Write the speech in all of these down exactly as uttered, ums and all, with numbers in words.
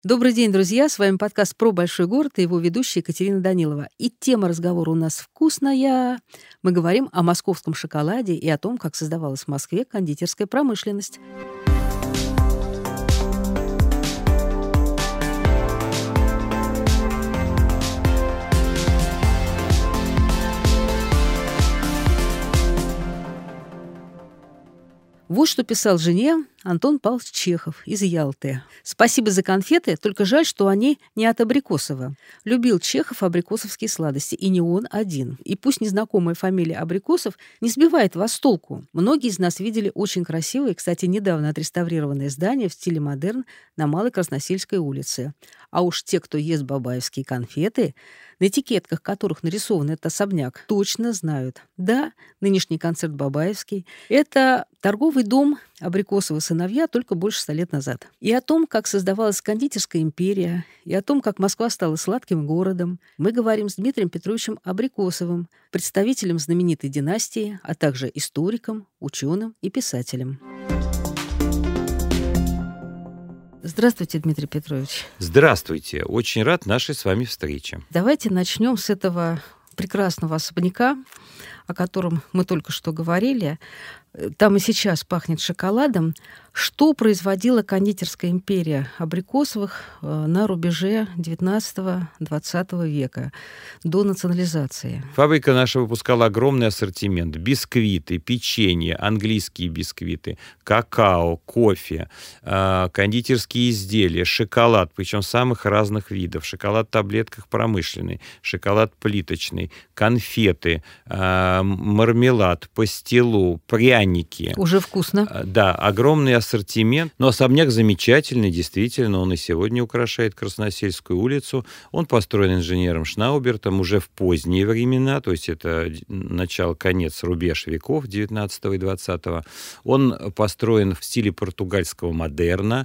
Добрый день, друзья! С вами подкаст про большой город и его ведущая Екатерина Данилова. И тема разговора у нас вкусная. Мы говорим о московском шоколаде и о том, как создавалась в Москве кондитерская промышленность. Вот что писал жене Антон Павлович Чехов из Ялты. «Спасибо за конфеты, только жаль, что они не от Абрикосова. Любил Чехов абрикосовские сладости, и не он один. И пусть незнакомая фамилия Абрикосов не сбивает вас с толку. Многие из нас видели очень красивое, кстати, недавно отреставрированное здание в стиле модерн на Малой Красносельской улице. А уж те, кто ест бабаевские конфеты, на этикетках которых нарисован этот особняк, точно знают. Да, нынешний концерт бабаевский — это торговый дом Абрикосовы сыновья только больше ста лет назад. И о том, как создавалась кондитерская империя, и о том, как Москва стала сладким городом, мы говорим с Дмитрием Петровичем Абрикосовым, представителем знаменитой династии, а также историком, ученым и писателем. Здравствуйте, Дмитрий Петрович. Здравствуйте. Очень рад нашей с вами встрече. Давайте начнем с этого прекрасного особняка, о котором мы только что говорили. Там и сейчас пахнет шоколадом. Что производила кондитерская империя Абрикосовых на рубеже девятнадцатого-двадцатого века до национализации? Фабрика наша выпускала огромный ассортимент. Бисквиты, печенье, английские бисквиты, какао, кофе, кондитерские изделия, шоколад, причем самых разных видов. Шоколад в таблетках промышленный, шоколад плиточный, конфеты, мармелад, пастилу, пряники. Уже вкусно. Да, огромный ассортимент. Но особняк замечательный, действительно, он и сегодня украшает Красносельскую улицу. Он построен инженером Шнаубертом уже в поздние времена, то есть это начало-конец, рубеж веков девятнадцатого и двадцатого. Он построен в стиле португальского модерна,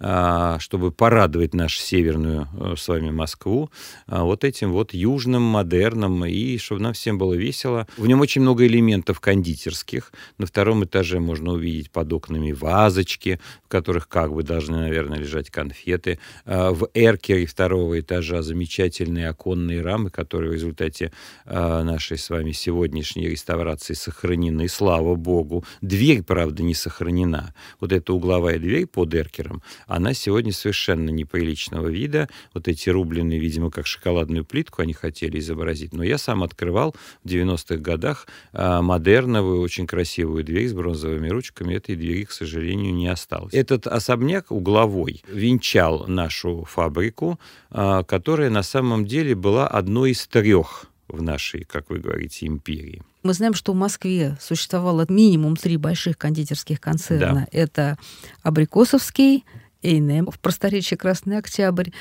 чтобы порадовать нашу северную с вами Москву вот этим вот южным модерном, и чтобы нам всем было весело. В нем очень много элементов кондитерских. На втором этаже можно увидеть под окнами вазочки, в которых как бы должны, наверное, лежать конфеты. В эркере второго этажа замечательные оконные рамы, которые в результате нашей с вами сегодняшней реставрации сохранены, слава богу. Дверь, правда, не сохранена. Вот эта угловая дверь под эркером, она сегодня совершенно неприличного вида. Вот эти рубленые, видимо, как шоколадную плитку они хотели изобразить. Но я сам открывал в девяностых годах модерновую, очень красивую дверь с бронзовыми ручками. Этой двери, к сожалению, не осталось. Этот особняк угловой венчал нашу фабрику, которая на самом деле была одной из трех в нашей, как вы говорите, империи. Мы знаем, что в Москве существовало минимум три больших кондитерских концерна. Да. Это Абрикосовский, эй энд эм, в просторечии Красный Октябрь,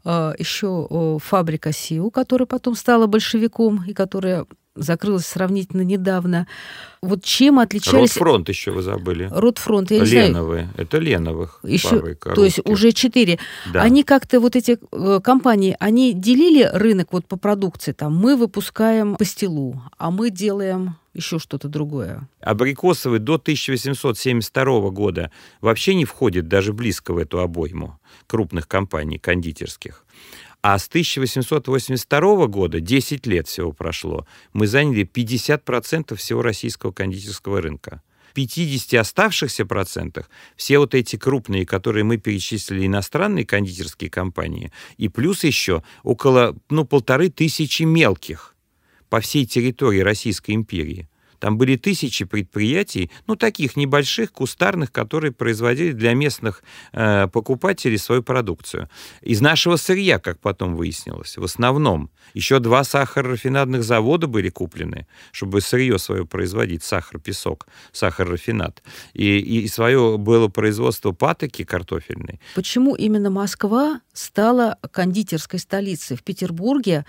еще фабрика СИУ, которая потом стала большевиком и которая закрылась сравнительно недавно. Вот чем отличались... Ротфронт еще вы забыли. Ротфронт, я не Леновые. знаю. Это Леновых еще, фабрика. То есть уже четыре. Да. Они как-то, вот эти э, компании, они делили рынок вот по продукции. Там мы выпускаем пастилу, а мы делаем еще что-то другое. Абрикосовый до тысяча восемьсот семьдесят второго года вообще не входит даже близко в эту обойму крупных компаний кондитерских. А с тысяча восемьсот восемьдесят второго года, десять лет всего прошло, мы заняли пятьдесят процентов всего российского кондитерского рынка. В пятидесяти оставшихся процентах все вот эти крупные, которые мы перечислили, иностранные кондитерские компании, и плюс еще около, ну, полторы тысячи мелких по всей территории Российской империи. Там были тысячи предприятий, ну, таких небольших, кустарных, которые производили для местных э, покупателей свою продукцию. Из нашего сырья, как потом выяснилось, в основном. Еще два сахарорафинадных завода были куплены, чтобы сырье свое производить, сахар, песок, сахарорафинад. И, и свое было производство патоки картофельной. Почему именно Москва стала кондитерской столицей? В Петербурге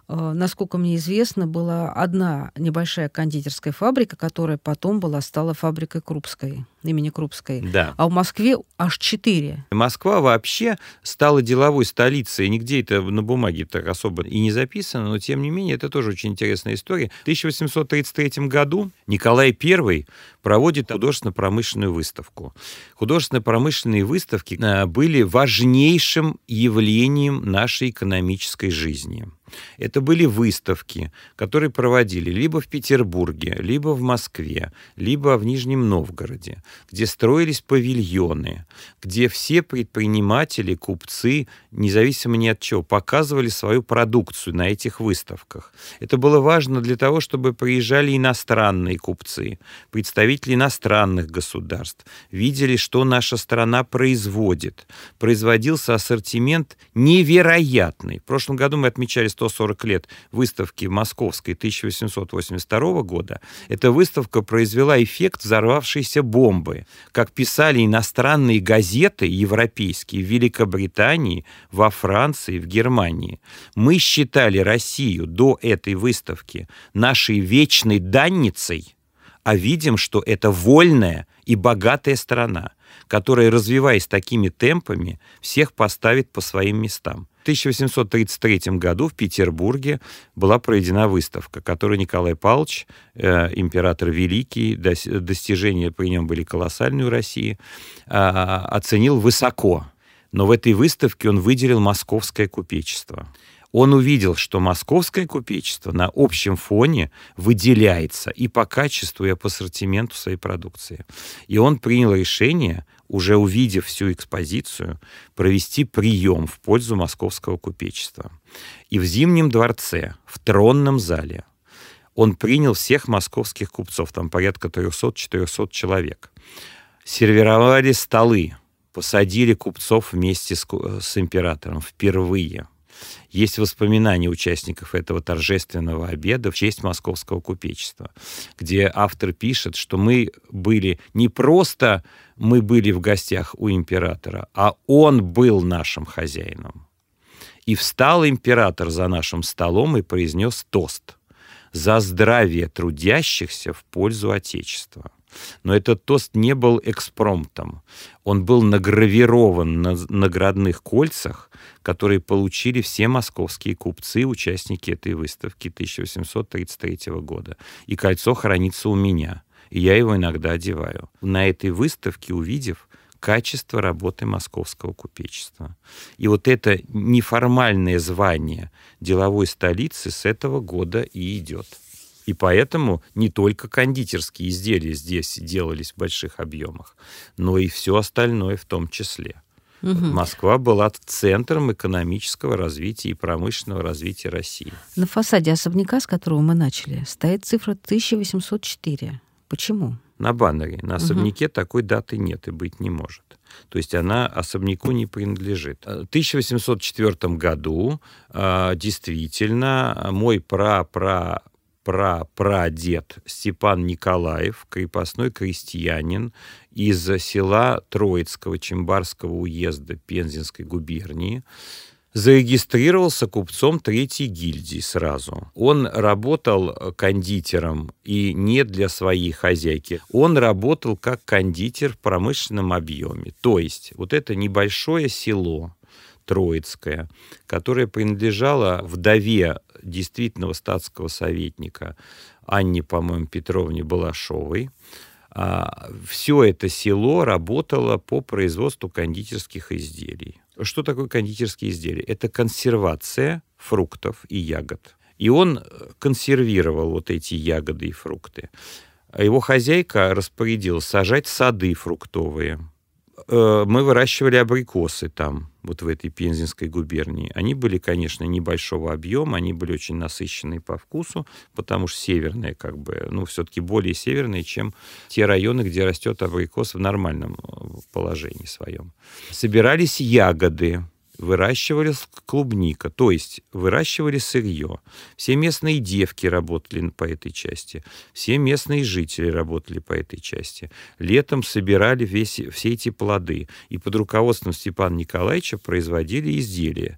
насколько мне известно, была одна небольшая кондитерская фабрика, которая потом была, стала фабрикой Крупской, имени Крупской. Да. А в Москве аж четыре. Москва вообще стала деловой столицей. Нигде это на бумаге так особо и не записано, но тем не менее это тоже очень интересная история. В тысяча восемьсот тридцать третьем году Николай Первый проводит художественно-промышленную выставку. Художественно-промышленные выставки были важнейшим явлением нашей экономической жизни. Это были выставки, которые проводили либо в Петербурге, либо в Москве, либо в Нижнем Новгороде, где строились павильоны, где все предприниматели, купцы, независимо ни от чего, показывали свою продукцию на этих выставках. Это было важно для того, чтобы приезжали иностранные купцы, представители иностранных государств, видели, что наша страна производит. Производился ассортимент невероятный. В прошлом году мы отмечали сто сорок лет выставки московской тысяча восемьсот восемьдесят второго года. Эта выставка произвела эффект взорвавшейся бомбы. Как писали иностранные газеты европейские в Великобритании, во Франции, в Германии. Мы считали Россию до этой выставки нашей вечной данницей, а видим, что это вольная и богатая страна, которая, развиваясь такими темпами, всех поставит по своим местам. В тысяча восемьсот тридцать третьем году в Петербурге была проведена выставка, которую Николай Павлович, э, император великий, дос, достижения при нем были колоссальные у России, э, оценил высоко. Но в этой выставке он выделил московское купечество. Он увидел, что московское купечество на общем фоне выделяется и по качеству, и по ассортименту своей продукции. И он принял решение, уже увидев всю экспозицию, провести прием в пользу московского купечества. И в Зимнем дворце, в тронном зале, он принял всех московских купцов, там порядка триста-четыреста человек. Сервировали столы, посадили купцов вместе с, с императором впервые. Есть воспоминания участников этого торжественного обеда в честь московского купечества, где автор пишет, что мы были не просто мы были в гостях у императора, а он был нашим хозяином. И встал император за нашим столом и произнес тост за здравие трудящихся в пользу Отечества. Но этот тост не был экспромтом. Он был награвирован на наградных кольцах, которые получили все московские купцы, участники этой выставки тысяча восемьсот тридцать третьего года. И кольцо хранится у меня, и я его иногда одеваю. На этой выставке, увидев качество работы московского купечества. И вот это неформальное звание деловой столицы с этого года и идет. И поэтому не только кондитерские изделия здесь делались в больших объемах, но и все остальное в том числе. Угу. Москва была центром экономического развития и промышленного развития России. На фасаде особняка, с которого мы начали, стоит цифра тысяча восемьсот четыре. Почему? На баннере. На особняке угу. такой даты нет и быть не может. То есть она особняку не принадлежит. В тысяча восемьсот четвёртом году действительно мой пра-пра пра-прадед Степан Николаев, крепостной крестьянин из села Троицкого Чембарского уезда Пензенской губернии, зарегистрировался купцом третьей гильдии сразу. Он работал кондитером, и не для своей хозяйки. Он работал как кондитер в промышленном объеме. То есть вот это небольшое село Троицкое, которое принадлежало вдове действительного статского советника Анне, по-моему, Петровне Балашовой. Все это село работало по производству кондитерских изделий. Что такое кондитерские изделия? Это консервация фруктов и ягод. И он консервировал вот эти ягоды и фрукты. Его хозяйка распорядилась сажать сады фруктовые. Мы выращивали абрикосы там, вот в этой Пензенской губернии. Они были, конечно, небольшого объема, они были очень насыщенные по вкусу, потому что северные, как бы, ну, все-таки более северные, чем те районы, где растет абрикос в нормальном положении своем. Собирались ягоды, выращивалась клубника, то есть выращивали сырье. Все местные девки работали по этой части, все местные жители работали по этой части. Летом собирали весь, все эти плоды и под руководством Степана Николаевича производили изделия.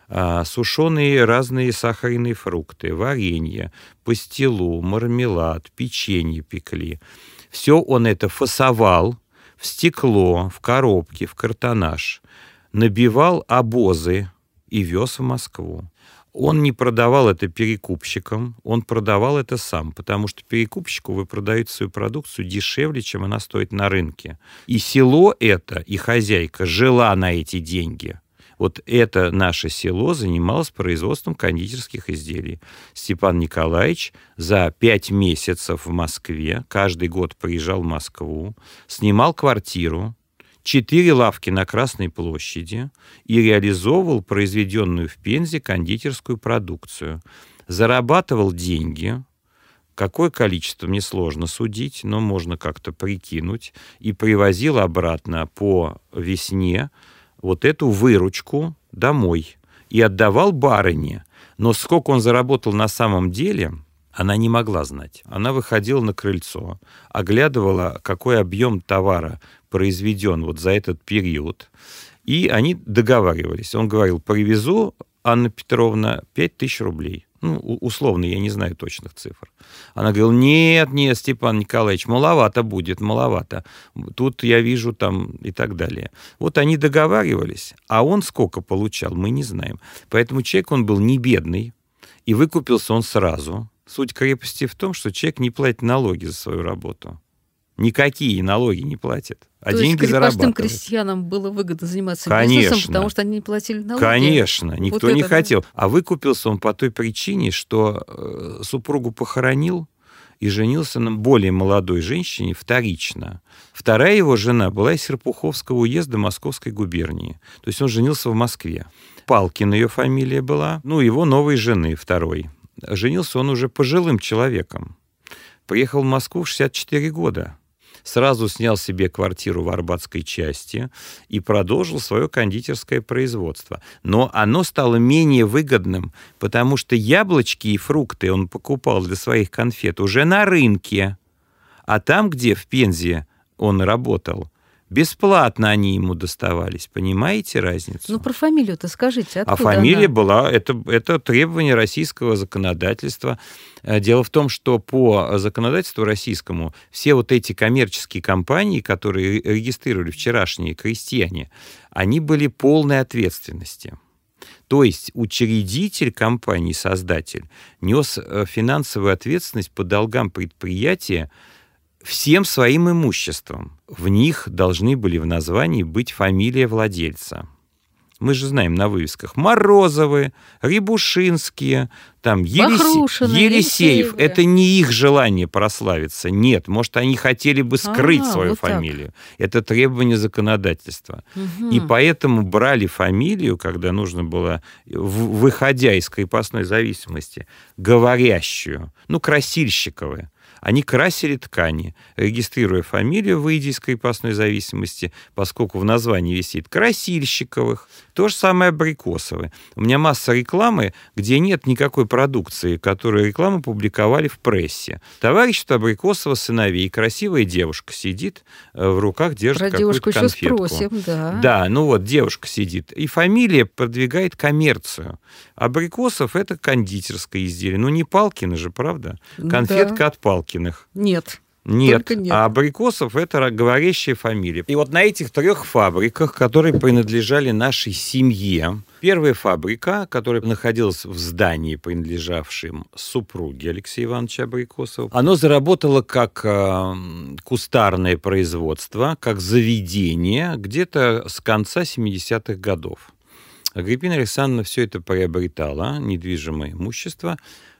а, сушеные разные сахарные фрукты, варенье, пастилу, мармелад, печенье пекли. Все он это фасовал в стекло, в коробки, в картонаж, набивал обозы и вез в Москву. Он не продавал это перекупщикам, он продавал это сам, потому что перекупщику вы продаете свою продукцию дешевле, чем она стоит на рынке. И село это, и хозяйка жила на эти деньги. Вот это наше село занималось производством кондитерских изделий. Степан Николаевич за пять месяцев в Москве, каждый год приезжал в Москву, снимал квартиру, четыре лавки на Красной площади и реализовывал произведенную в Пензе кондитерскую продукцию. Зарабатывал деньги. Какое количество, мне сложно судить, но можно как-то прикинуть. И привозил обратно по весне вот эту выручку домой. И отдавал барыне. Но сколько он заработал на самом деле, она не могла знать. Она выходила на крыльцо, оглядывала, какой объем товара произведен вот за этот период, и они договаривались. Он говорил: привезу, Анна Петровна, пять тысяч рублей. Ну, условно, я не знаю точных цифр. Она говорила: нет, нет, Степан Николаевич, маловато будет, маловато. Тут я вижу там и так далее. Вот они договаривались, а он сколько получал, мы не знаем. Поэтому человек, он был не бедный, и выкупился он сразу. Суть крепости в том, что человек не платит налоги за свою работу. Никакие налоги не платит, а То деньги есть крепостным зарабатывает. крестьянам было выгодно заниматься Конечно. бизнесом, потому что они не платили налоги. Конечно, никто вот не это, хотел. Да? А выкупился он по той причине, что э, супругу похоронил и женился на более молодой женщине вторично. Вторая его жена была из Серпуховского уезда Московской губернии. То есть он женился в Москве. Палкин ее фамилия была, ну, его новой жены второй. Женился он уже пожилым человеком. Приехал в Москву в шестьдесят четыре года. Сразу снял себе квартиру в Арбатской части и продолжил свое кондитерское производство. Но оно стало менее выгодным, потому что яблочки и фрукты он покупал для своих конфет уже на рынке. А там, где в Пензе он работал, бесплатно они ему доставались. Понимаете разницу? Ну, про фамилию-то скажите, откуда А фамилия она? была, это, это требование российского законодательства. Дело в том, что по законодательству российскому все вот эти коммерческие компании, которые регистрировали вчерашние крестьяне, они были полной ответственности. То есть учредитель компании, создатель, нес финансовую ответственность по долгам предприятия всем своим имуществом. В них должны были в названии быть фамилия владельца. Мы же знаем на вывесках: Морозовы, Рябушинские, там, Елисе... Бахрушины, Елисеев. Елисеевы. Это не их желание прославиться. Нет, может, они хотели бы скрыть А, свою вот так. фамилию. Это требование законодательства. Угу. И поэтому брали фамилию, когда нужно было, в- выходя из крепостной зависимости, говорящую, ну, Красильщиковы. Они красили ткани, регистрируя фамилию, выйдя из крепостной зависимости, поскольку в названии висит Красильщиковых. То же самое Абрикосовы. У меня масса рекламы, где нет никакой продукции, которую рекламу публиковали в прессе. Товарищество Абрикосова сыновей, красивая девушка сидит, в руках держит Про какую-то девушку еще конфетку. спросим, да. Да, ну вот девушка сидит. И фамилия продвигает коммерцию. Абрикосов — это кондитерское изделие. Ну не Палкины же, правда? Конфетка Да. от Палкиных. Нет. Нет, Только нет. а Абрикосов — это говорящая фамилия. И вот на этих трех фабриках, которые принадлежали нашей семье, первая фабрика, которая находилась в здании, принадлежавшем супруге Алексея Ивановича Абрикосова, оно заработало как э, кустарное производство, как заведение где-то с конца семидесятых годов. Агриппина Александровна все это приобретала, недвижимое имущество,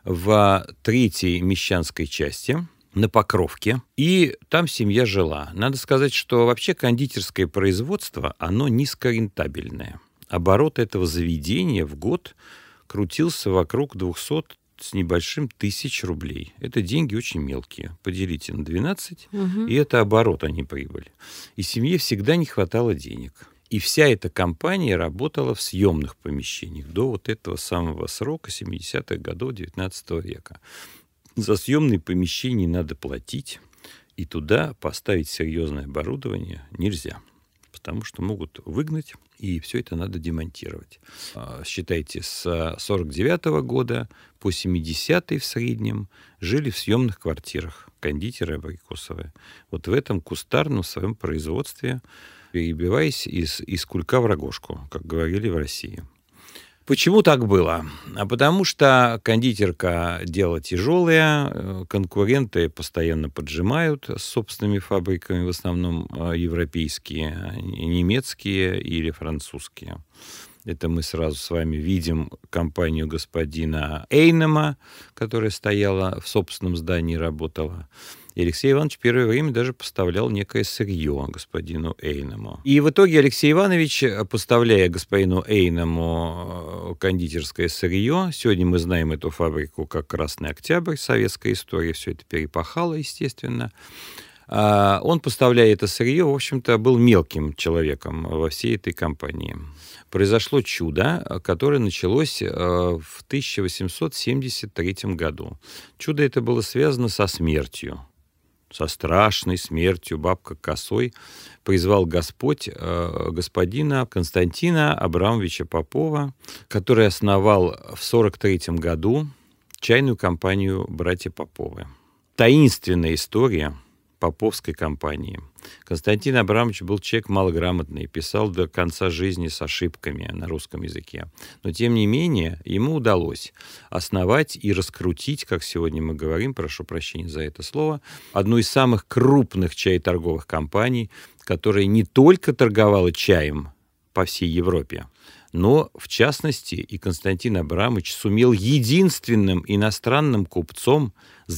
в третьей Мещанской части, на Покровке, и там семья жила. Надо сказать, что вообще кондитерское производство, оно низкорентабельное. Оборот этого заведения в год крутился вокруг двухсот с небольшим тысяч рублей. Это деньги очень мелкие. Поделите на двенадцать, Угу. и это оборот, а не прибыль. И семье всегда не хватало денег. И вся эта компания работала в съемных помещениях до вот этого самого срока семидесятых годов девятнадцатого века. За съемные помещения надо платить, и туда поставить серьезное оборудование нельзя. потому что могут выгнать, и все это надо демонтировать. Считайте, с сорок девятого года по семидесятый в среднем жили в съемных квартирах кондитеры Абрикосовы. Вот в этом кустарном своем производстве, перебиваясь из, из кулька в рогожку, как говорили в России. Почему так было? А потому что кондитерка — дело тяжелое, конкуренты постоянно поджимают с собственными фабриками, в основном европейские, немецкие или французские. Это мы сразу с вами видим компанию господина Эйнема, которая стояла в собственном здании, работала. И Алексей Иванович первое время даже поставлял некое сырье господину Эйнему. И в итоге Алексей Иванович, поставляя господину Эйнему кондитерское сырье, сегодня мы знаем эту фабрику как «Красный Октябрь», советская история, все это перепахало, естественно. Он, поставляя это сырье, в общем-то, был мелким человеком во всей этой компании. Произошло чудо, которое началось в тысяча восемьсот семьдесят третьем году. Чудо это было связано со смертью. Со страшной смертью бабка косой призвал Господь э, господина Константина Абрамовича Попова, который основал в сорок третьем году чайную компанию «Братья Поповы». Таинственная история поповской компании. Константин Абрамович был человек малограмотный, писал до конца жизни с ошибками на русском языке. Но, тем не менее, ему удалось основать и раскрутить, как сегодня мы говорим, прошу прощения за это слово, одну из самых крупных чаеторговых компаний, которая не только торговала чаем по всей Европе, но, в частности, и Константин Абрамович сумел единственным иностранным купцом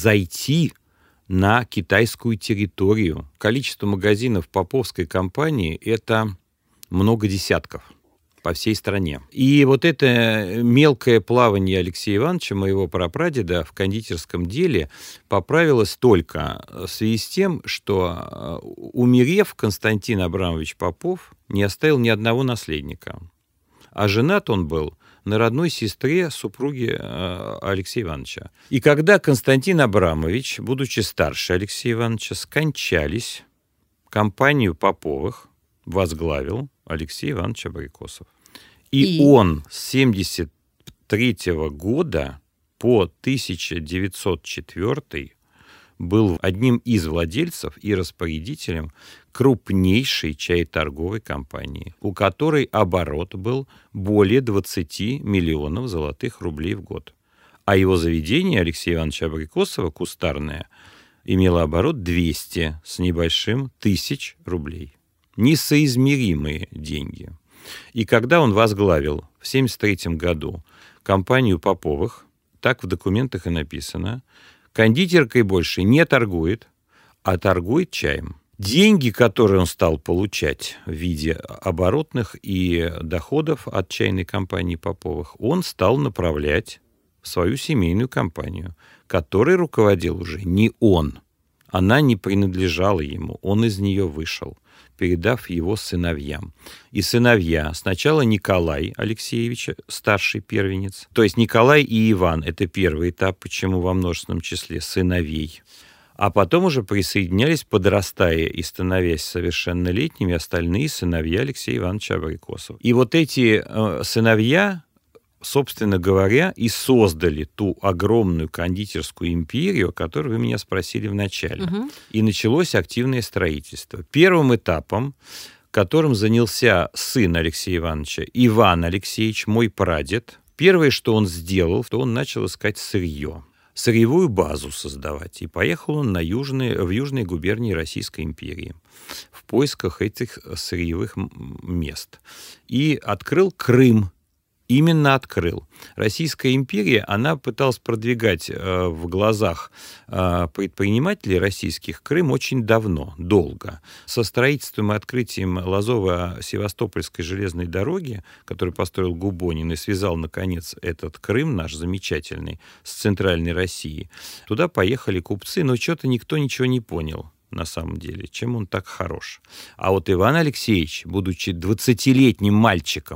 зайти на китайскую территорию. Количество магазинов поповской компании — это много десятков по всей стране. И вот это мелкое плавание Алексея Ивановича, моего прапрадеда, в кондитерском деле поправилось только в связи с тем, что, умерев, Константин Абрамович Попов не оставил ни одного наследника. А женат он был на родной сестре супруги Алексея Ивановича. И когда Константин Абрамович, будучи старше Алексея Ивановича, скончались, компанию Поповых возглавил Алексей Иванович Абрикосов. И, И он с семьдесят третьего года по тысяча девятьсот четвёртый был одним из владельцев и распорядителем крупнейшей чаеторговой компании, у которой оборот был более двадцати миллионов золотых рублей в год. А его заведение Алексея Ивановича Абрикосова, кустарное, имело оборот двести с небольшим тысяч рублей. Несоизмеримые деньги. И когда он возглавил в семьдесят третьем году компанию Поповых, так в документах и написано, кондитеркой больше не торгует, а торгует чаем. Деньги, которые он стал получать в виде оборотных и доходов от чайной компании Поповых, он стал направлять в свою семейную компанию, которой руководил уже не он. Она не принадлежала ему, он из нее вышел, передав его сыновьям. И сыновья, сначала Николай Алексеевич, старший первенец, то есть Николай и Иван, это первый этап, почему во множественном числе сыновей, а потом уже присоединялись, подрастая и становясь совершеннолетними, остальные сыновья Алексея Ивановича Абрикосова. И вот эти э, сыновья, собственно говоря, и создали ту огромную кондитерскую империю, о которой вы меня спросили в начале. Угу. И началось активное строительство. Первым этапом, которым занялся сын Алексея Ивановича, Иван Алексеевич, мой прадед, первое, что он сделал, то он начал искать сырье, сырьевую базу создавать. И поехал он на южные, в южной губернии Российской империи в поисках этих сырьевых мест. И открыл Крым. Именно открыл. Российская империя, она пыталась продвигать э, в глазах э, предпринимателей российских Крым очень давно, долго. Со строительством и открытием Лазово-Севастопольской железной дороги, которую построил Губонин и связал, наконец, этот Крым, наш замечательный, с центральной Россией, туда поехали купцы, но что-то никто ничего не понял. На самом деле, чем он так хорош. А вот Иван Алексеевич, будучи двадцатилетним мальчиком,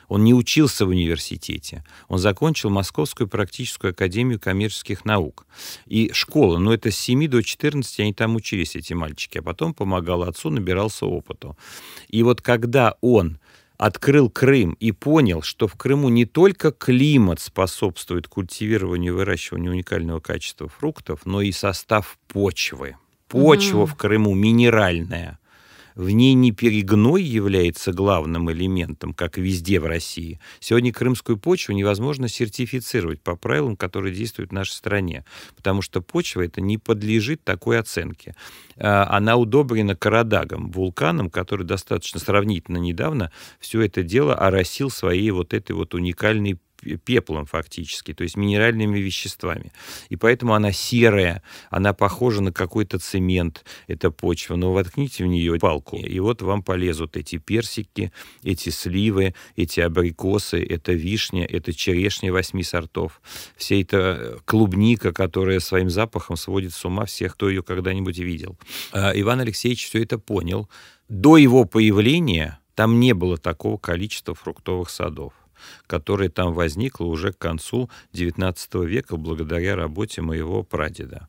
Он не учился в университете. Он закончил Московскую практическую академию коммерческих наук. И школа, ну это с семи до четырнадцати они там учились, эти мальчики, а потом помогал отцу, набирался опыту. И вот когда он открыл Крым и понял, что в Крыму не только климат способствует культивированию и выращиванию уникального качества фруктов, но и состав почвы. Почва угу. в Крыму минеральная. В ней не перегной является главным элементом, как везде в России. Сегодня крымскую почву невозможно сертифицировать по правилам, которые действуют в нашей стране, потому что почва это не подлежит такой оценке. Она удобрена Карадагом, вулканом, который достаточно сравнительно недавно все это дело оросил своей вот этой вот уникальной пеплом фактически, то есть минеральными веществами. И поэтому она серая, она похожа на какой-то цемент, эта почва, но воткните в нее палку, и вот вам полезут эти персики, эти сливы, эти абрикосы, это вишня, это черешня восьми сортов, вся эта клубника, которая своим запахом сводит с ума всех, кто ее когда-нибудь видел. Иван Алексеевич все это понял. До его появления там не было такого количества фруктовых садов, которое там возникло уже к концу девятнадцатого века благодаря работе моего прадеда.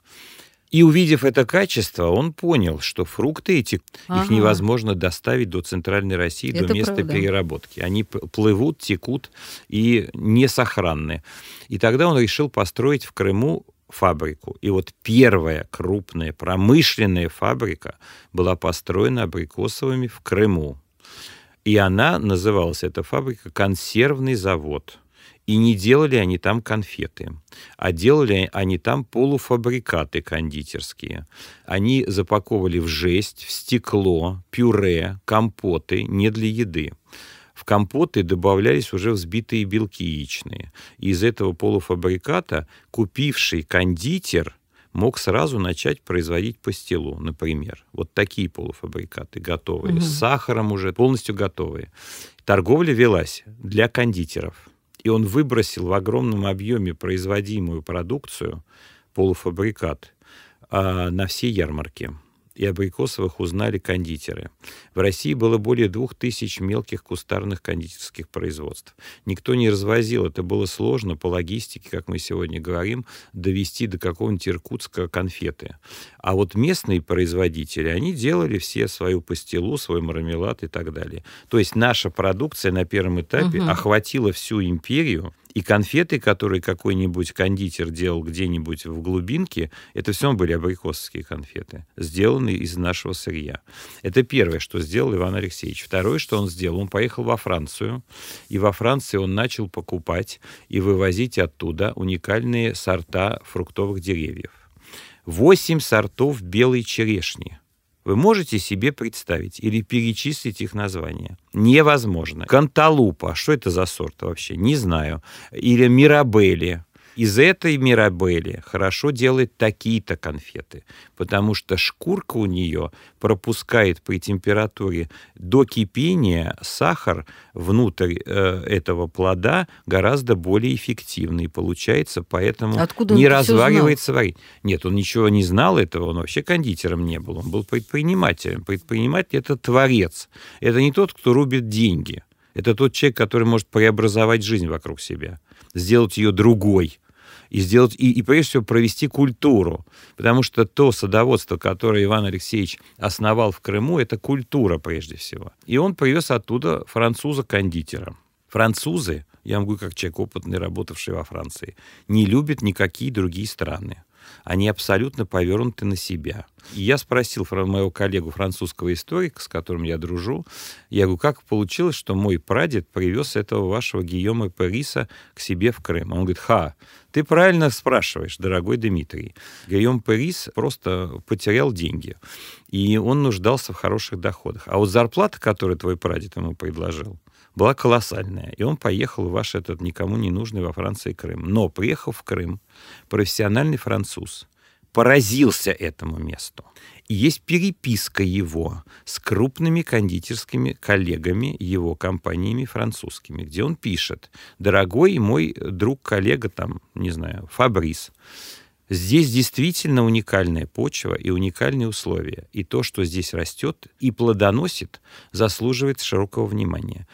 И увидев это качество, он понял, что фрукты эти, ага. их невозможно доставить до Центральной России, это до места правда. Переработки. Они плывут, текут и несохранны. И тогда он решил построить в Крыму фабрику. И вот первая крупная промышленная фабрика была построена абрикосовыми в Крыму. И она, называлась эта фабрика, консервный завод. И не делали они там конфеты, а делали они там полуфабрикаты кондитерские. Они запаковывали в жесть, в стекло, пюре, компоты не для еды. В компоты добавлялись уже взбитые белки яичные. И из этого полуфабриката купивший кондитер мог сразу начать производить пастилу, например. Вот такие полуфабрикаты готовые, угу. с сахаром уже полностью готовые. Торговля велась для кондитеров. И он выбросил в огромном объеме производимую продукцию, полуфабрикат, на все ярмарки. И абрикосовых узнали кондитеры. В России было более двух тысяч мелких кустарных кондитерских производств. Никто не развозил, это было сложно по логистике, как мы сегодня говорим, довести до какого-нибудь Иркутска конфеты. А вот местные производители, они делали все свою пастилу, свой мармелад и так далее. То есть наша продукция на первом этапе угу. охватила всю империю. И конфеты, которые какой-нибудь кондитер делал где-нибудь в глубинке, это все были абрикосовские конфеты, сделанные из нашего сырья. Это первое, что сделал Иван Алексеевич. Второе, что он сделал, он поехал во Францию, и во Франции он начал покупать и вывозить оттуда уникальные сорта фруктовых деревьев. Восемь сортов белой черешни. Вы можете себе представить или перечислить их названия? Невозможно. Канталупа. Что это за сорт вообще? Не знаю. Или мирабелли. Из этой мирабелли хорошо делает такие-то конфеты, потому что шкурка у нее пропускает при температуре до кипения сахар внутрь э, этого плода гораздо более эффективный. Получается, поэтому Откуда не разваривается варенье. Нет, он ничего не знал этого, он вообще кондитером не был, он был предпринимателем. Предприниматель — это творец. Это не тот, кто рубит деньги. Это тот человек, который может преобразовать жизнь вокруг себя, сделать ее другой. И, сделать, и, и, прежде всего, провести культуру. Потому что то садоводство, которое Иван Алексеевич основал в Крыму, это культура прежде всего. И он привез оттуда француза-кондитера. Французы, я могу как человек опытный, работавший во Франции, не любят никакие другие страны. Они абсолютно повернуты на себя. И я спросил моего коллегу французского историка, с которым я дружу, я говорю, как получилось, что мой прадед привез этого вашего Гийома Периса к себе в Крым? Он говорит, ха, ты правильно спрашиваешь, дорогой Дмитрий. Гийом Перис просто потерял деньги, и он нуждался в хороших доходах. А вот зарплата, которую твой прадед ему предложил, была колоссальная. И он поехал в ваш этот никому не нужный во Франции Крым. Но, приехав в Крым, профессиональный француз поразился этому месту. И есть переписка его с крупными кондитерскими коллегами его компаниями французскими, где он пишет: «Дорогой мой друг-коллега, там, не знаю, Фабрис, здесь действительно уникальная почва и уникальные условия. И то, что здесь растет и плодоносит, заслуживает широкого внимания.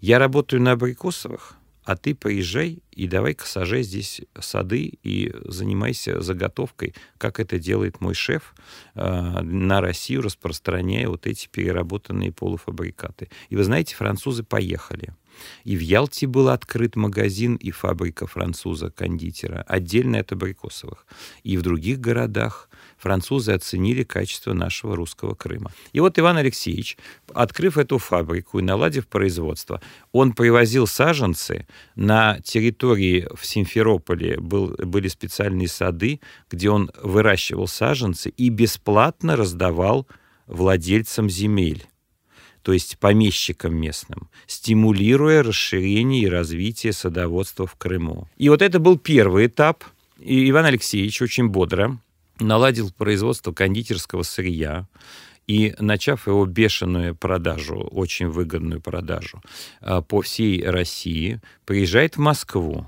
Я работаю на абрикосовых, а ты приезжай и давай-ка сажай здесь сады и занимайся заготовкой, как это делает мой шеф, э, на Россию распространяя вот эти переработанные полуфабрикаты. И вы знаете, французы поехали. И в Ялте был открыт магазин и фабрика француза-кондитера, отдельно от абрикосовых. И в других городах французы оценили качество нашего русского Крыма. И вот Иван Алексеевич, открыв эту фабрику и наладив производство, он привозил саженцы. На территории в Симферополе был, были специальные сады, где он выращивал саженцы и бесплатно раздавал владельцам земель, то есть помещикам местным, стимулируя расширение и развитие садоводства в Крыму. И вот это был первый этап. И Иван Алексеевич очень бодро наладил производство кондитерского сырья, и, начав его бешеную продажу, очень выгодную продажу по всей России, приезжает в Москву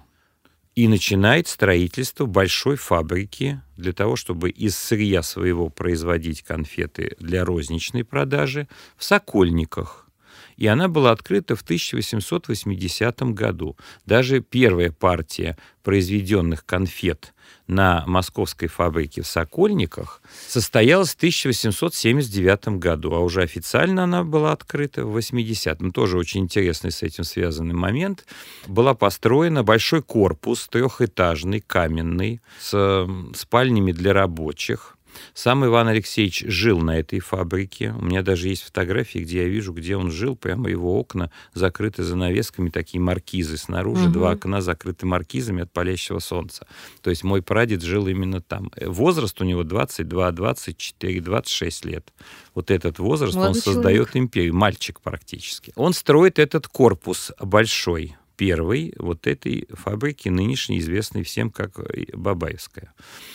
и начинает строительство большой фабрики для того, чтобы из сырья своего производить конфеты для розничной продажи в Сокольниках. И она была открыта в тысяча восемьсот восьмидесятом году. Даже первая партия произведенных конфет на московской фабрике в Сокольниках состоялась в тысяча восемьсот семьдесят девятом году, а уже официально она была открыта в восьмидесятом. Тоже очень интересный с этим связанный момент. Была построена большой корпус, трехэтажный, каменный, с спальнями для рабочих. Сам Иван Алексеевич жил на этой фабрике. У меня даже есть фотографии, где я вижу, где он жил. Прямо его окна закрыты занавесками, такие маркизы снаружи. Угу. Два окна закрыты маркизами от палящего солнца. То есть мой прадед жил именно там. Возраст у него двадцать два, двадцать четыре, двадцать шесть лет. Вот этот возраст, молодой он создает человек. Империю. Мальчик практически. Он строит этот корпус большой, первый вот этой фабрики, нынешней, известной всем как Бабаевская.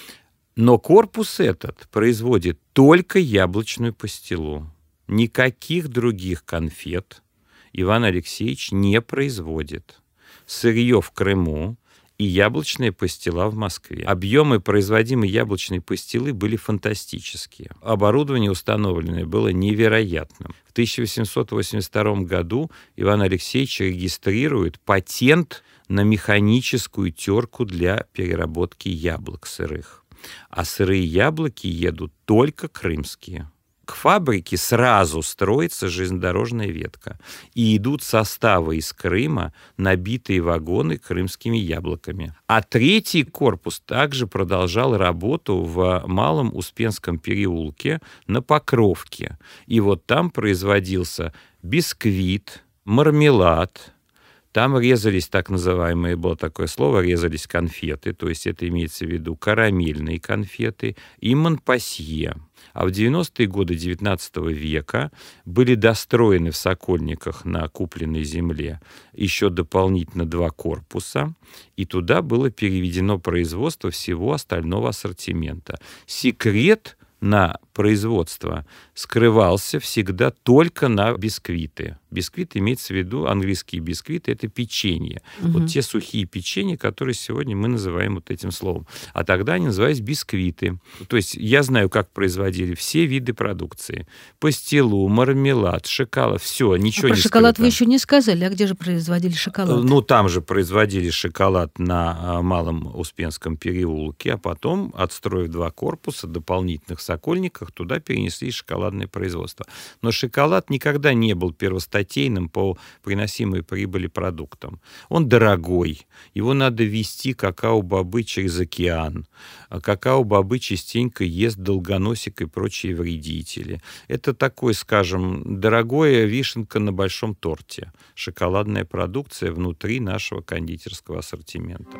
Но корпус этот производит только яблочную пастилу. Никаких других конфет Иван Алексеевич не производит. Сырье в Крыму и яблочная пастила в Москве. Объемы производимой яблочной пастилы были фантастические. Оборудование установленное было невероятным. В тысяча восемьсот восемьдесят втором году Иван Алексеевич регистрирует патент на механическую терку для переработки яблок сырых. А сырые яблоки едут только крымские. К фабрике сразу строится железнодорожная ветка. И идут составы из Крыма, набитые вагоны крымскими яблоками. А третий корпус также продолжал работу в Малом Успенском переулке на Покровке. И вот там производился бисквит, мармелад. Там резались так называемые, было такое слово, резались конфеты, то есть это имеется в виду карамельные конфеты и монпасье. А в девяностые годы девятнадцатого века были достроены в Сокольниках на купленной земле еще дополнительно два корпуса, и туда было переведено производство всего остального ассортимента. Секрет на производство скрывался всегда только на бисквиты. Бисквит имеется в виду, английские бисквиты, это печенье. Угу. Вот те сухие печенья, которые сегодня мы называем вот этим словом. А тогда они назывались бисквиты. То есть я знаю, как производили все виды продукции. Пастилу, мармелад, шоколад, все, ничего а не про шоколад скрыто. Вы еще не сказали, а где же производили шоколад? Ну, там же производили шоколад на Малом Успенском переулке, а потом, отстроив два корпуса дополнительных в Сокольниках, туда перенесли шоколадное производство. Но шоколад никогда не был первостатейным по приносимой прибыли продуктам. Он дорогой, его надо везти какао-бобы через океан. А какао-бобы частенько ест долгоносик и прочие вредители. Это такой, скажем, дорогая вишенка на большом торте. Шоколадная продукция внутри нашего кондитерского ассортимента.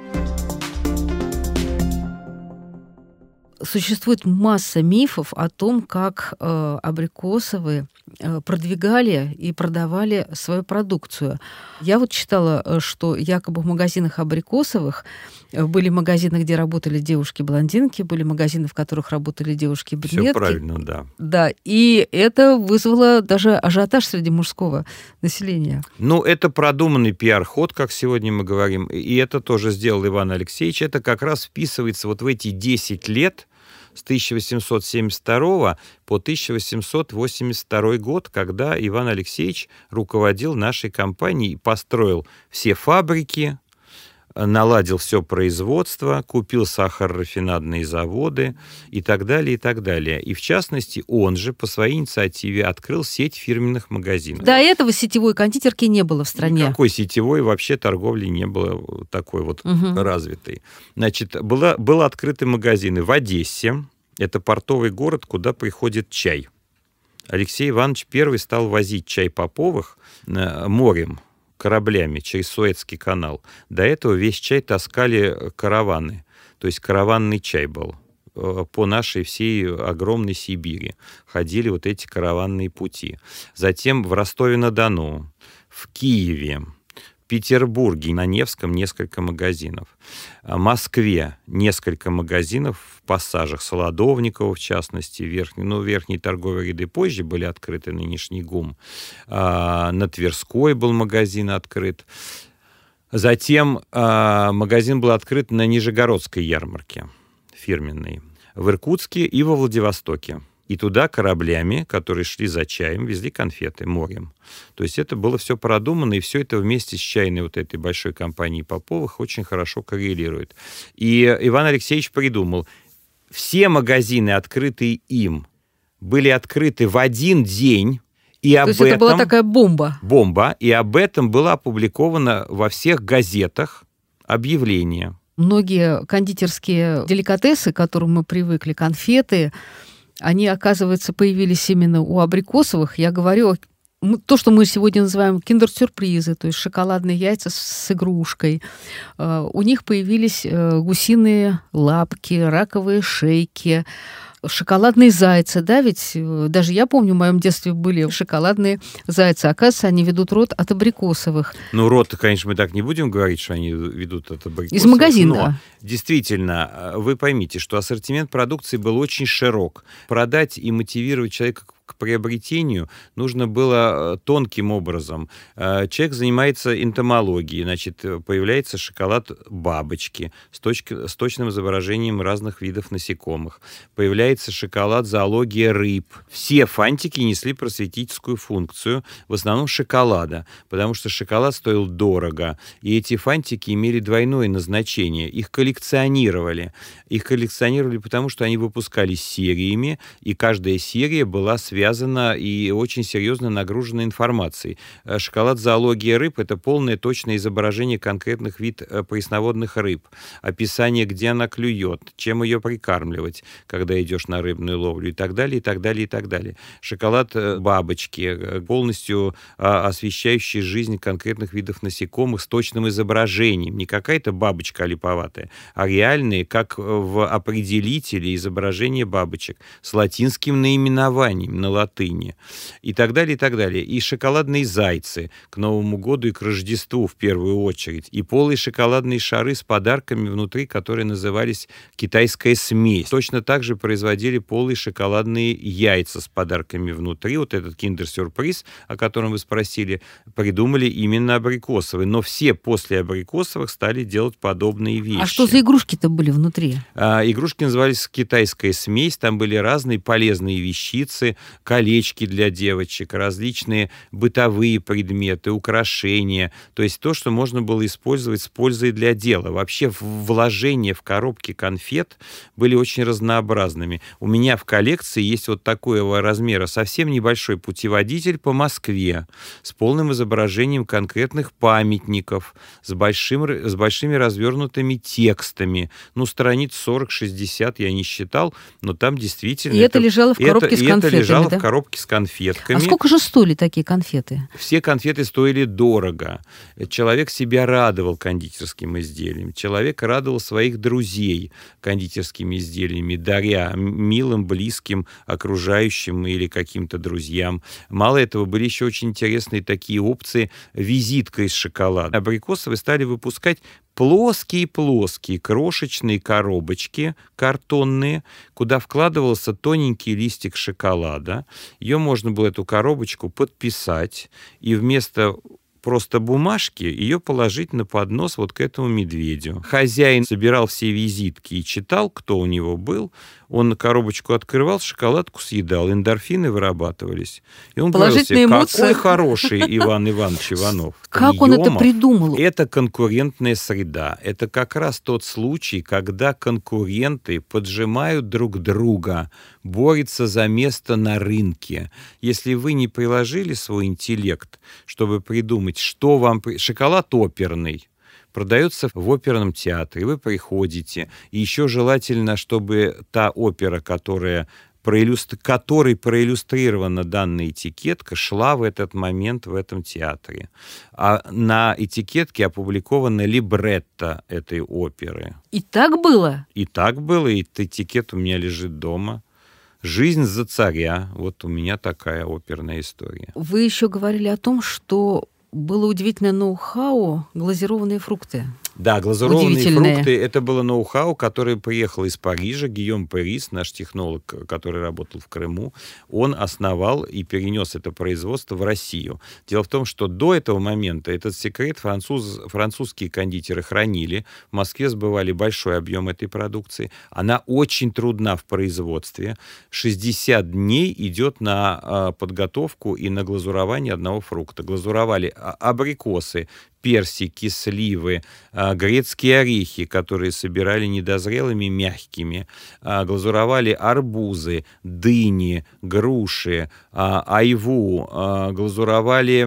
Существует масса мифов о том, как э, абрикосовые э, продвигали и продавали свою продукцию. Я вот читала, что якобы в магазинах абрикосовых были магазины, где работали девушки-блондинки, были магазины, в которых работали девушки-брюнетки. Все правильно, да. Да, и это вызвало даже ажиотаж среди мужского населения. Ну, это продуманный пиар-ход, как сегодня мы говорим, и это тоже сделал Иван Алексеевич. Это как раз вписывается вот в эти десять лет с тысяча восемьсот семьдесят второго по тысяча восемьсот восемьдесят второй год, когда Иван Алексеевич руководил нашей компанией и построил все фабрики, наладил все производство, купил сахарорафинадные заводы и так далее, и так далее. И, в частности, он же по своей инициативе открыл сеть фирменных магазинов. До этого сетевой кондитерки не было в стране. Никакой сетевой вообще торговли не было такой вот угу. развитой. Значит, было, было открыты магазины в Одессе. Это портовый город, куда приходит чай. Алексей Иванович первый стал возить чай Поповых морем, кораблями через Суэцкий канал. До этого весь чай таскали караваны. То есть караванный чай был. По нашей всей огромной Сибири ходили вот эти караванные пути. Затем в Ростове-на-Дону, в Киеве, в Петербурге, на Невском несколько магазинов. В Москве несколько магазинов в пассажах Солодовникова, в частности, верхний, ну, верхние торговые ряды позже были открыты, нынешний ГУМ. А, на Тверской был магазин открыт. Затем а, магазин был открыт на Нижегородской ярмарке фирменной, в Иркутске и во Владивостоке. И туда кораблями, которые шли за чаем, везли конфеты морем. То есть это было все продумано, и все это вместе с чайной вот этой большой компанией Поповых очень хорошо коррелирует. И Иван Алексеевич придумал, все магазины, открытые им, были открыты в один день, и То об есть этом... это была такая бомба? Бомба, и об этом было опубликовано во всех газетах объявление. Многие кондитерские деликатесы, к которым мы привыкли, конфеты, они, оказывается, появились именно у Абрикосовых. Я говорю, то, что мы сегодня называем киндер-сюрпризы, то есть шоколадные яйца с игрушкой. У них появились гусиные лапки, раковые шейки, шоколадные зайцы, да, ведь даже я помню, в моем детстве были шоколадные зайцы. Оказывается, они ведут род от Абрикосовых. Ну, род, конечно, мы так не будем говорить, что они ведут от Абрикосовых. Из магазина. Но, действительно, вы поймите, что ассортимент продукции был очень широк. Продать и мотивировать человека к приобретению нужно было тонким образом. Человек занимается энтомологией, значит, появляется шоколад бабочки с, точки, с точным изображением разных видов насекомых. Появляется шоколад зоология рыб. Все фантики несли просветительскую функцию, в основном шоколада, потому что шоколад стоил дорого, и эти фантики имели двойное назначение. Их коллекционировали. Их коллекционировали потому, что они выпускались сериями, и каждая серия была связана связана и очень серьезно нагружена информацией. Шоколад зоология рыб — это полное точное изображение конкретных видов пресноводных рыб, описание, где она клюет, чем ее прикармливать, когда идешь на рыбную ловлю, и так далее, и так далее, и так далее. Шоколад бабочки, полностью освещающий жизнь конкретных видов насекомых с точным изображением. Не какая-то бабочка липоватая, а реальные, как в определителе, изображения бабочек с латинским наименованием, на латыни, и так далее, и так далее. И шоколадные зайцы к Новому году и к Рождеству в первую очередь. И полые шоколадные шары с подарками внутри, которые назывались «китайская смесь». Точно так же производили полые шоколадные яйца с подарками внутри. Вот этот киндер-сюрприз, о котором вы спросили, придумали именно Абрикосовы. Но все после Абрикосовых стали делать подобные вещи. А что за игрушки-то были внутри? А, игрушки назывались «китайская смесь». Там были разные полезные вещицы, колечки для девочек, различные бытовые предметы, украшения. То есть то, что можно было использовать с пользой для дела. Вообще вложения в коробки конфет были очень разнообразными. У меня в коллекции есть вот такого размера совсем небольшой путеводитель по Москве с полным изображением конкретных памятников, с, большим, с большими развернутыми текстами. Ну, страниц сорок-шестьдесят я не считал, но там действительно... И это, это лежало в коробке это, с конфетами, это лежало да? в коробке с конфетками. А сколько же стоили такие конфеты? Все конфеты стоили дорого. Человек себя радовал кондитерским изделиям. Человек радовал своих друзей кондитерскими изделиями, даря милым, близким, окружающим или каким-то друзьям. Мало этого, были еще очень интересные такие опции. Визитка из шоколада. Абрикосовы стали выпускать плоские-плоские крошечные коробочки картонные, куда вкладывался тоненький листик шоколада. Ее можно было, эту коробочку, подписать, и вместо просто бумажки ее положить на поднос вот к этому медведю. Хозяин собирал все визитки и читал, кто у него был. Он коробочку открывал, шоколадку съедал, эндорфины вырабатывались. И он Положительные говорил эмоции. себе, какой хороший Иван Иванович Иванов. Как он это придумал? Это конкурентная среда. Это как раз тот случай, когда конкуренты поджимают друг друга, борются за место на рынке. Если вы не приложили свой интеллект, чтобы придумать, что вам... Шоколад оперный продается в оперном театре, вы приходите, и еще желательно, чтобы та опера, которая проиллюстр... которой проиллюстрирована данная этикетка, шла в этот момент в этом театре. А на этикетке опубликована либретто этой оперы. И так было? И так было, и этикет у меня лежит дома. «Жизнь за царя». Вот у меня такая оперная история. Вы еще говорили о том, что было удивительное ноу-хау глазированные фрукты. Да, глазурованные фрукты — это было ноу-хау, которое приехал из Парижа. Гийом Перис, наш технолог, который работал в Крыму, он основал и перенес это производство в Россию. Дело в том, что до этого момента этот секрет француз, французские кондитеры хранили. В Москве сбывали большой объем этой продукции. Она очень трудна в производстве. шестьдесят дней идет на подготовку и на глазурование одного фрукта. Глазуровали абрикосы, персики, сливы, грецкие орехи, которые собирали недозрелыми, мягкими, глазуровали арбузы, дыни, груши, айву, глазуровали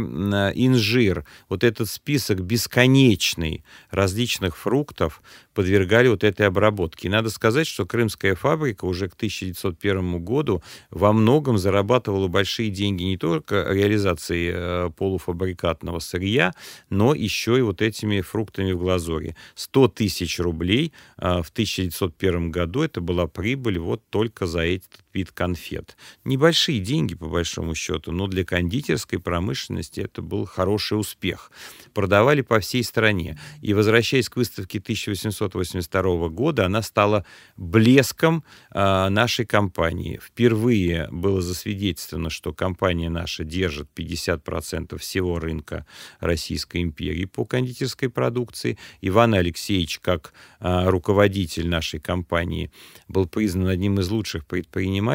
инжир. Вот этот список бесконечный различных фруктов подвергали вот этой обработке. И надо сказать, что крымская фабрика уже к тысяча девятьсот первому году во многом зарабатывала большие деньги не только реализацией полуфабрикатного сырья, но еще и вот этими фруктами в глазури. сто тысяч рублей в тысяча девятьсот первом году это была прибыль вот только за этот вид конфет. Небольшие деньги, по большому счету, но для кондитерской промышленности это был хороший успех. Продавали по всей стране. И, возвращаясь к выставке тысяча восемьсот восемьдесят второго года, она стала блеском э, нашей компании. Впервые было засвидетельствовано, что компания наша держит пятьдесят процентов всего рынка Российской империи по кондитерской продукции. Иван Алексеевич, как э, руководитель нашей компании, был признан одним из лучших предпринимателей.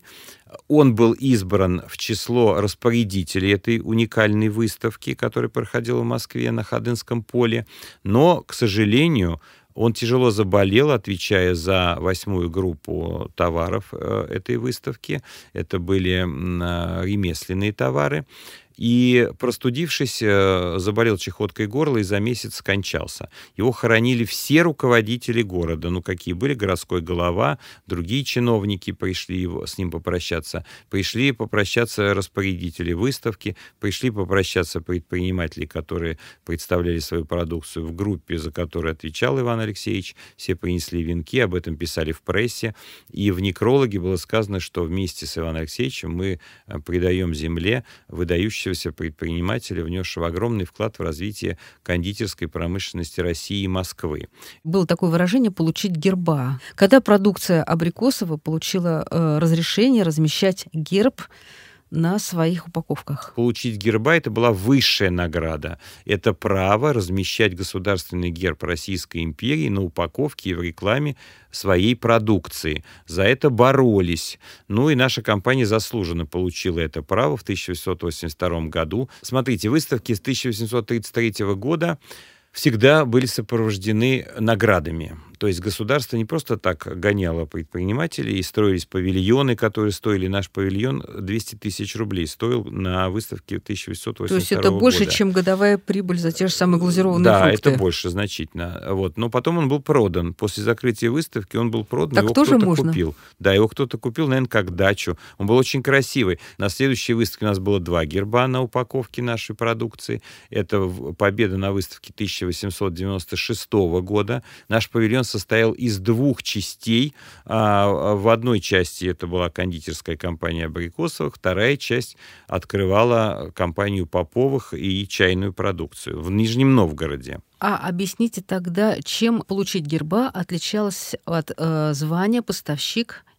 Он был избран в число распорядителей этой уникальной выставки, которая проходила в Москве на Ходынском поле. Но, к сожалению, он тяжело заболел, отвечая за восьмую группу товаров этой выставки. Это были ремесленные товары. И, простудившись, заболел чахоткой горла и за месяц скончался. Его хоронили все руководители города. Ну, какие были? Городской голова, другие чиновники пришли его, с ним попрощаться. Пришли попрощаться распорядители выставки, пришли попрощаться предприниматели, которые представляли свою продукцию в группе, за которую отвечал Иван Алексеевич. Все принесли венки, об этом писали в прессе. И в некрологе было сказано, что вместе с Иваном Алексеевичем мы предаем земле выдающегося предпринимателя, внесшего огромный вклад в развитие кондитерской промышленности России и Москвы. Было такое выражение «получить герба». Когда продукция Абрикосова получила э, разрешение размещать герб на своих упаковках. Получить герба — это была высшая награда. Это право размещать государственный герб Российской империи на упаковке и в рекламе своей продукции. За это боролись. Ну и наша компания заслуженно получила это право в тысяча восемьсот восемьдесят втором году. Смотрите, выставки с тысяча восемьсот тридцать третьего года всегда были сопровождены наградами. То есть государство не просто так гоняло предпринимателей, и строились павильоны, которые стоили, наш павильон двести тысяч рублей стоил на выставке тысяча восемьсот восемьдесят второго года. То есть это больше, года. чем годовая прибыль за те же самые глазированные да, фрукты? Да, это больше значительно. Вот. Но потом он был продан. После закрытия выставки он был продан, так его тоже кто-то можно? купил. Да, его кто-то купил, наверное, как дачу. Он был очень красивый. На следующей выставке у нас было два герба на упаковке нашей продукции. Это победа на выставке тысяча восемьсот девяносто шестого года. Наш павильон состоял из двух частей. В одной части это была кондитерская компания Абрикосовых, вторая часть открывала компанию Поповых и чайную продукцию в Нижнем Новгороде. А объясните тогда, чем получить герба отличалось от э, звания поставщик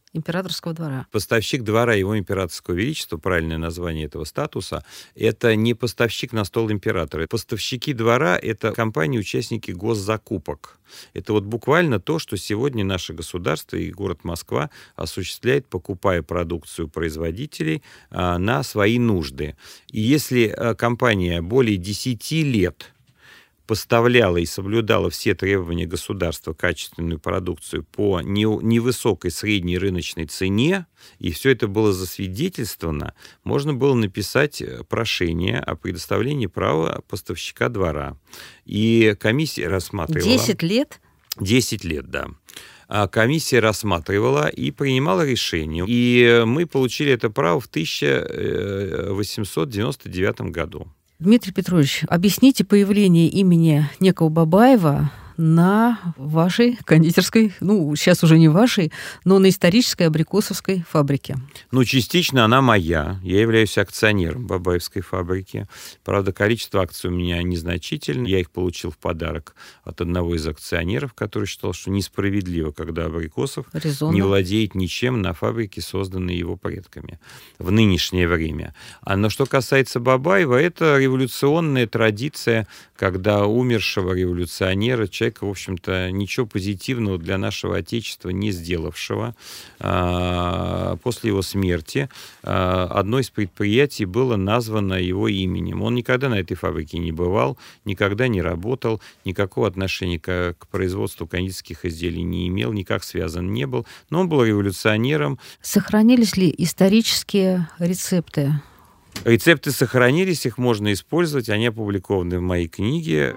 императорского двора. Поставщик двора Его Императорского Величества, правильное название этого статуса, это не поставщик на стол императора. Поставщики двора — это компании-участники госзакупок. Это вот буквально то, что сегодня наше государство и город Москва осуществляет, покупая продукцию производителей а, на свои нужды. И если а, компания более десяти лет поставляла и соблюдала все требования государства, качественную продукцию по невысокой средней рыночной цене, и все это было засвидетельствовано, можно было написать прошение о предоставлении права поставщика двора. И комиссия рассматривала... Десять лет? Десять лет, да. А комиссия рассматривала и принимала решение. И мы получили это право в тысяча восемьсот девяносто девятом году. Дмитрий Петрович, объясните появление имени некого Бабаева на вашей кондитерской, ну, сейчас уже не вашей, но на исторической абрикосовской фабрике. Ну, частично она моя. Я являюсь акционером Бабаевской фабрики. Правда, количество акций у меня незначительное. Я их получил в подарок от одного из акционеров, который считал, что несправедливо, когда Абрикосов Резонно. не владеет ничем на фабрике, созданной его предками в нынешнее время. А но что касается Бабаева, это революционная традиция, когда умершего революционера, человека, в общем-то, ничего позитивного для нашего Отечества не сделавшего, после его смерти одно из предприятий было названо его именем. Он никогда на этой фабрике не бывал, никогда не работал, никакого отношения к, к производству кондитерских изделий не имел, никак связан не был, но он был революционером. Сохранились ли исторические рецепты? Рецепты сохранились, их можно использовать, они опубликованы в моей книге.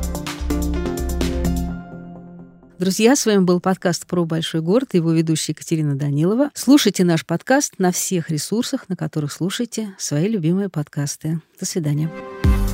Друзья, с вами был подкаст про большой город, его ведущая Екатерина Данилова. Слушайте наш подкаст на всех ресурсах, на которых слушаете свои любимые подкасты. До свидания.